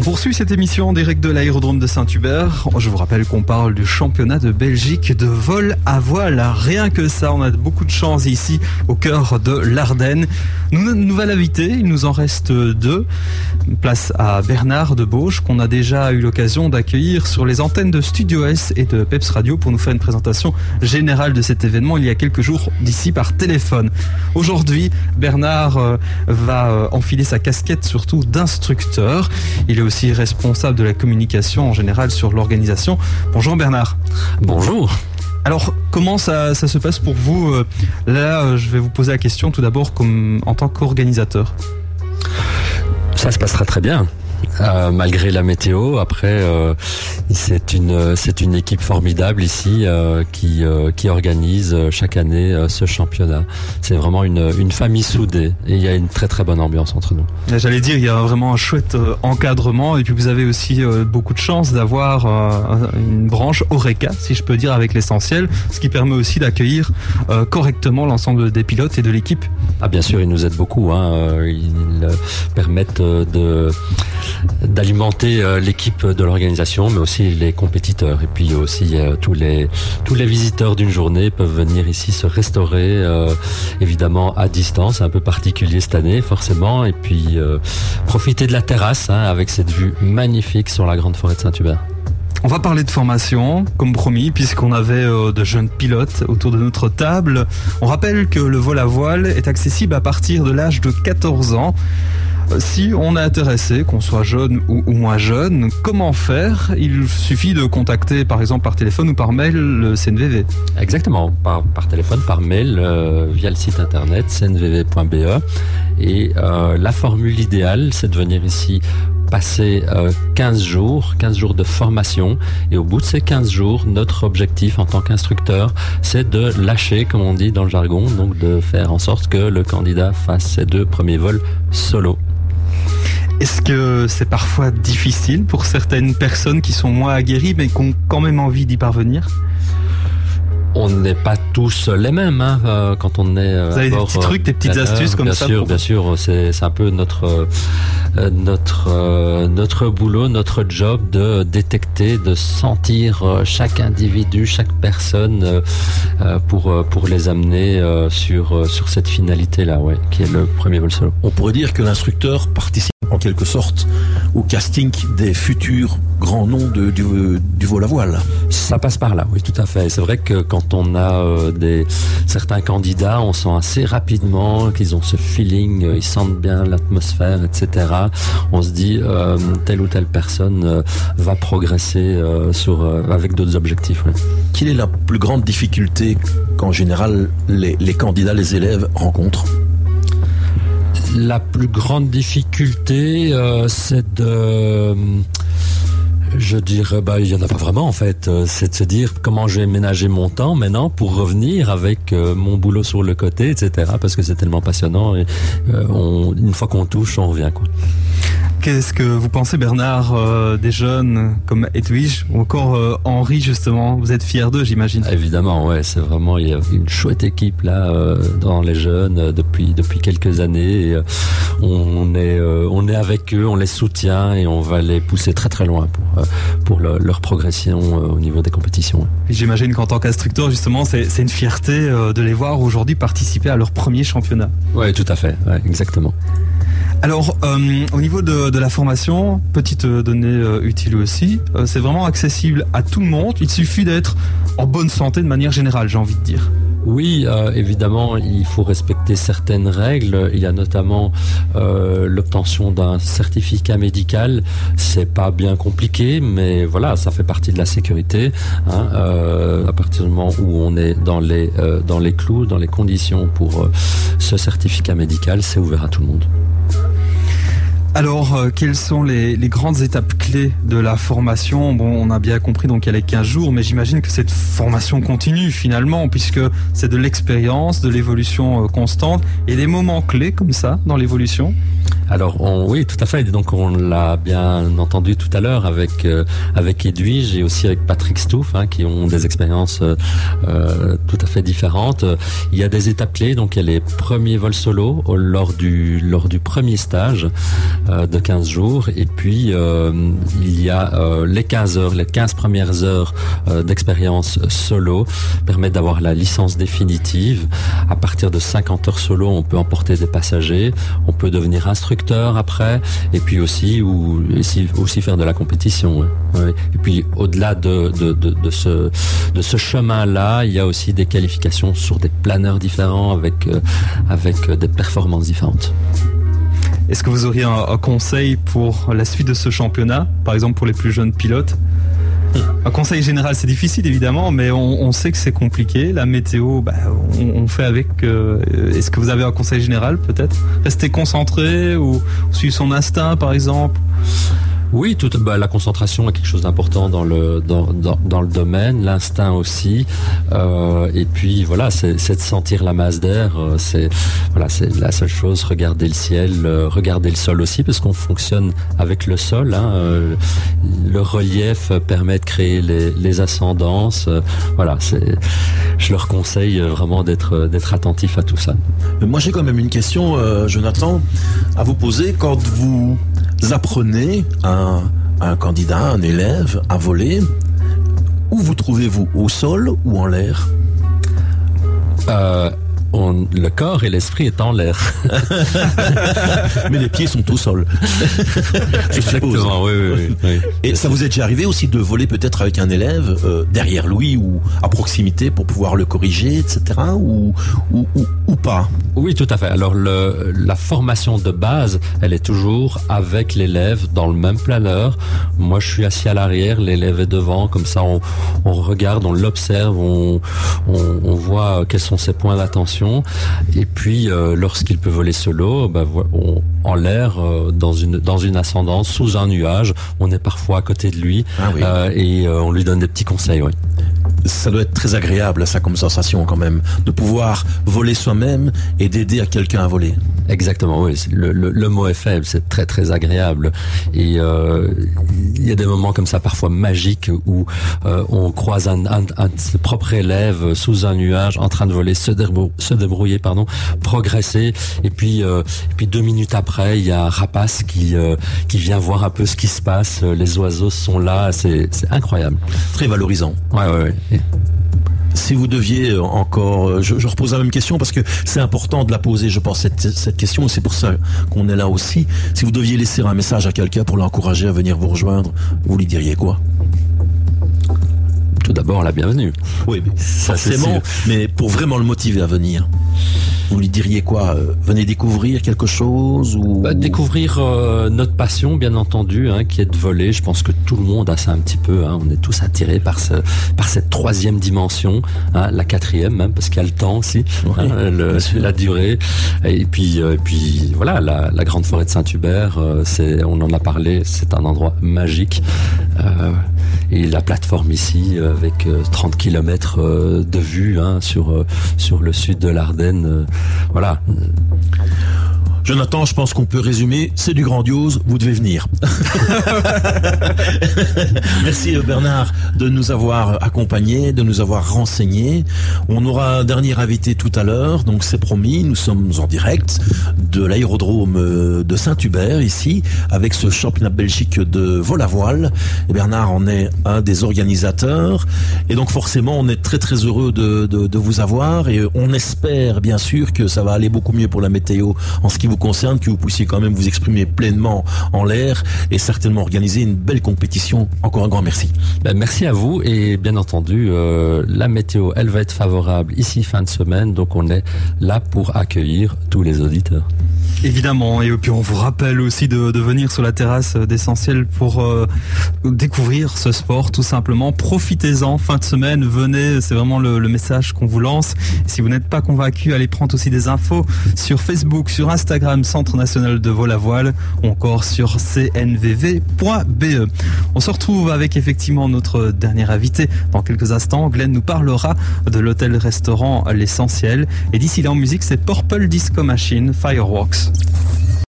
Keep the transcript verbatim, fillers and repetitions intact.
poursuit cette émission en direct de l'aérodrome de Saint-Hubert. Je vous rappelle qu'on parle du championnat de Belgique de vol à voile. Rien que ça, on a beaucoup de chance ici au cœur de l'Ardenne. Nous, une nouvelle invitée, il nous en reste deux. Place à Bernard de Bauche, qu'on a déjà eu l'occasion d'accueillir sur les antennes de Studio S et de Peps Radio pour nous faire une présentation générale de cet événement il y a quelques jours d'ici par téléphone. Aujourd'hui, Bernard euh, va euh, enfiler sa casquette surtout d'instructeur. Il est aussi responsable de la communication en général sur l'organisation. Bonjour Bernard. Bonjour. Alors, comment ça, ça se passe pour vous ? Là, je vais vous poser la question tout d'abord comme, en tant qu'organisateur. Ça se passera très bien. Euh, malgré la météo, après euh, c'est une c'est une équipe formidable ici euh, qui euh, qui organise chaque année euh, ce championnat. C'est vraiment une une famille soudée et il y a une très très bonne ambiance entre nous. J'allais dire, il y a vraiment un chouette euh, encadrement et puis vous avez aussi euh, beaucoup de chance d'avoir euh, une branche Oreca, si je peux dire, avec l'essentiel, ce qui permet aussi d'accueillir euh, correctement l'ensemble des pilotes et de l'équipe. Ah bien sûr, ils nous aident beaucoup. Hein. Ils euh, permettent de d'alimenter euh, l'équipe de l'organisation, mais aussi les compétiteurs. Et puis aussi euh, tous les tous les visiteurs d'une journée peuvent venir ici se restaurer, euh, évidemment à distance, c'est un peu particulier cette année forcément, et puis euh, profiter de la terrasse hein, avec cette vue magnifique sur la grande forêt de Saint-Hubert. On va parler de formation, comme promis, puisqu'on avait euh, de jeunes pilotes autour de notre table. On rappelle que le vol à voile est accessible à partir de l'âge de quatorze ans. Si on est intéressé, qu'on soit jeune ou, ou moins jeune, comment faire ? Il suffit de contacter par exemple par téléphone ou par mail le C N V V. Exactement, par, par téléphone, par mail, euh, via le site internet c n v v point b e. Et euh, la formule idéale, c'est de venir ici passer euh, quinze jours, quinze jours de formation. Et au bout de ces quinze jours, notre objectif en tant qu'instructeur, c'est de lâcher, comme on dit dans le jargon, donc de faire en sorte que le candidat fasse ses deux premiers vols solo. Est-ce que c'est parfois difficile pour certaines personnes qui sont moins aguerries mais qui ont quand même envie d'y parvenir ? On n'est pas tous les mêmes hein, euh, quand on est. Euh, Vous avez des petits trucs, des petites astuces comme bien ça. Bien sûr, pour... bien sûr. C'est c'est un peu notre euh, notre euh, notre boulot, notre job de détecter, de sentir euh, chaque individu, chaque personne euh, euh, pour euh, pour les amener euh, sur euh, sur cette finalité là, ouais, qui est le premier vol solo. On pourrait dire que l'instructeur participe en quelque sorte au casting des futurs grands noms de, du, du vol à voile. Ça passe par là, oui, tout à fait. C'est vrai que quand on a euh, des certains candidats, on sent assez rapidement qu'ils ont ce feeling, euh, ils sentent bien l'atmosphère, et cetera. On se dit euh, telle ou telle personne euh, va progresser euh, sur euh, avec d'autres objectifs. Oui. Quelle est la plus grande difficulté qu'en général les, les candidats, les élèves rencontrent ? La plus grande difficulté, euh, c'est de... Je dirais, bah, il y en a pas vraiment en fait. C'est de se dire comment je vais ménager mon temps maintenant pour revenir avec euh, mon boulot sur le côté, et cetera. Parce que c'est tellement passionnant et euh, on, une fois qu'on touche, on revient quoi. Qu'est-ce que vous pensez, Bernard, euh, des jeunes comme Edwige ou encore euh, Henri justement ? Vous êtes fiers d'eux, j'imagine. Évidemment, ouais, c'est vraiment il y a une chouette équipe là euh, dans les jeunes euh, depuis depuis quelques années. Et, euh, on est euh, on est avec eux, on les soutient et on va les pousser très très loin pour euh, pour le, leur progression euh, au niveau des compétitions. Et j'imagine qu'en tant qu'instructeur, justement, c'est c'est une fierté euh, de les voir aujourd'hui participer à leur premier championnat. Ouais, tout à fait, ouais, exactement. Alors, euh, au niveau de, de la formation, petite donnée euh, utile aussi, euh, c'est vraiment accessible à tout le monde. Il suffit d'être en bonne santé de manière générale, j'ai envie de dire. Oui, euh, évidemment, il faut respecter certaines règles. Il y a notamment euh, l'obtention d'un certificat médical. C'est pas bien compliqué, mais voilà, ça fait partie de la sécurité. Hein, euh, à partir du moment où on est dans les euh, dans les clous, dans les conditions pour euh, ce certificat médical, c'est ouvert à tout le monde. Alors, euh, quelles sont les, les grandes étapes clés de la formation ? Bon, on a bien compris, donc il y a les quinze jours, mais j'imagine que cette formation continue finalement, puisque c'est de l'expérience, de l'évolution euh, constante, et des moments clés comme ça dans l'évolution. Alors on, oui, tout à fait. Donc on l'a bien entendu tout à l'heure avec euh, avec Edwige et aussi avec Patrick Stouff, hein, qui ont des expériences euh, tout à fait différentes. Il y a des étapes clés. Donc il y a les premiers vols solo lors du lors du premier stage euh, de quinze jours, et puis euh, il y a euh, les quinze heures, les quinze premières heures euh, d'expérience solo permettent d'avoir la licence définitive. À partir de cinquante heures solo, on peut emporter des passagers, on peut devenir instructeur après, et puis aussi ou aussi, aussi faire de la compétition. Ouais. Et puis au-delà de, de, de, de ce de ce chemin-là, il y a aussi des qualifications sur des planeurs différents avec euh, avec des performances différentes. Est-ce que vous auriez un, un conseil pour la suite de ce championnat, par exemple pour les plus jeunes pilotes? Un conseil général, c'est difficile évidemment, mais on, on sait que c'est compliqué. La météo, bah, on, on fait avec. Euh, est-ce que vous avez un conseil général peut-être? Rester concentré ou suivre son instinct par exemple? Oui, tout, bah, la concentration est quelque chose d'important dans le dans, dans, dans le domaine, l'instinct aussi, euh, et puis voilà, c'est, c'est de sentir la masse d'air, euh, c'est voilà, c'est la seule chose. Regarder le ciel, euh, regarder le sol aussi, parce qu'on fonctionne avec le sol. Hein, euh, le relief permet de créer les, les ascendances. Euh, voilà, c'est, je leur conseille vraiment d'être d'être attentif à tout ça. Moi, j'ai quand même une question, euh, Jonathan, à vous poser. Quand vous apprenez un, un candidat, un élève à voler, où vous trouvez-vous? Au sol ou en l'air? euh, on, Le corps et l'esprit est en l'air. Mais les pieds sont au sol. Je suppose. Exactement, oui, oui, oui, oui. Et ça vous est déjà arrivé aussi de voler peut-être avec un élève euh, derrière lui ou à proximité pour pouvoir le corriger, et cetera. Ou, ou, ou, ou pas? Oui, tout à fait. Alors le, la formation de base, elle est toujours avec l'élève dans le même planeur. Moi, je suis assis à l'arrière, l'élève est devant. Comme ça, on, on regarde, on l'observe, on, on, on voit quels sont ses points d'attention. Et puis, euh, lorsqu'il peut voler solo, bah, on, en l'air, euh, dans une dans une ascendance, sous un nuage, on est parfois à côté de lui, ah oui. euh, et euh, on lui donne des petits conseils. Oui. Ça doit être très agréable, ça, comme sensation quand même, de pouvoir voler soi-même et d'aider à quelqu'un à voler. Exactement, oui. Le, le, le mot est faible, c'est très très agréable. Et euh, il y a des moments comme ça, parfois magiques, où euh, on croise un, un, un de ses propres élèves sous un nuage, en train de voler, se, débrou- se débrouiller, pardon, progresser. Et puis, euh, et puis deux minutes après, il y a un rapace qui euh, qui vient voir un peu ce qui se passe. Les oiseaux sont là, c'est, c'est incroyable. Très valorisant. Ouais, ouais, ouais. Et... Si vous deviez encore, je, je repose la même question parce que c'est important de la poser, je pense, cette, cette question, c'est pour ça qu'on est là aussi. Si vous deviez laisser un message à quelqu'un pour l'encourager à venir vous rejoindre, vous lui diriez quoi? Tout d'abord, la bienvenue. Oui, mais ça, forcément, mais pour vraiment le motiver à venir, vous lui diriez quoi? euh, Venez découvrir quelque chose ou... bah, Découvrir euh, notre passion, bien entendu, hein, qui est de voler. Je pense que tout le monde a ça un petit peu. Hein. On est tous attirés par ce, par cette troisième dimension, hein, la quatrième même, parce qu'il y a le temps aussi, oui, hein, le, la durée. Et puis, euh, et puis voilà, la, la grande forêt de Saint-Hubert, euh, c'est, on en a parlé, c'est un endroit magique. Euh, et la plateforme ici, euh, avec euh, trente kilomètres euh, de vue, hein, sur euh, sur le sud de l'Ardenne. Euh, voilà. Jonathan, je pense qu'on peut résumer, c'est du grandiose, vous devez venir. Merci Bernard de nous avoir accompagnés, de nous avoir renseignés. On aura un dernier invité tout à l'heure, donc c'est promis, nous sommes en direct de l'aérodrome de Saint-Hubert ici, avec ce championnat Belgique de vol à voile. Et Bernard en est un des organisateurs, et donc forcément on est très très heureux de, de, de vous avoir, et on espère bien sûr que ça va aller beaucoup mieux pour la météo en ce qui vous concerne, que vous puissiez quand même vous exprimer pleinement en l'air et certainement organiser une belle compétition. Encore un grand merci. Ben, merci à vous, et bien entendu, euh, la météo, elle va être favorable ici fin de semaine, donc on est là pour accueillir tous les auditeurs. Évidemment, et puis on vous rappelle aussi de, de venir sur la terrasse d'Essentiel pour euh, découvrir ce sport, tout simplement. Profitez-en, fin de semaine, venez, c'est vraiment le, le message qu'on vous lance. Et si vous n'êtes pas convaincu, allez prendre aussi des infos sur Facebook, sur Instagram, Centre National de Vol à Voile, ou encore sur c n v v point b e. On se retrouve avec effectivement notre dernier invité dans quelques instants. Glenn nous parlera de l'hôtel-restaurant L'Essentiel. Et d'ici là en musique, c'est Purple Disco Machine, Fireworks.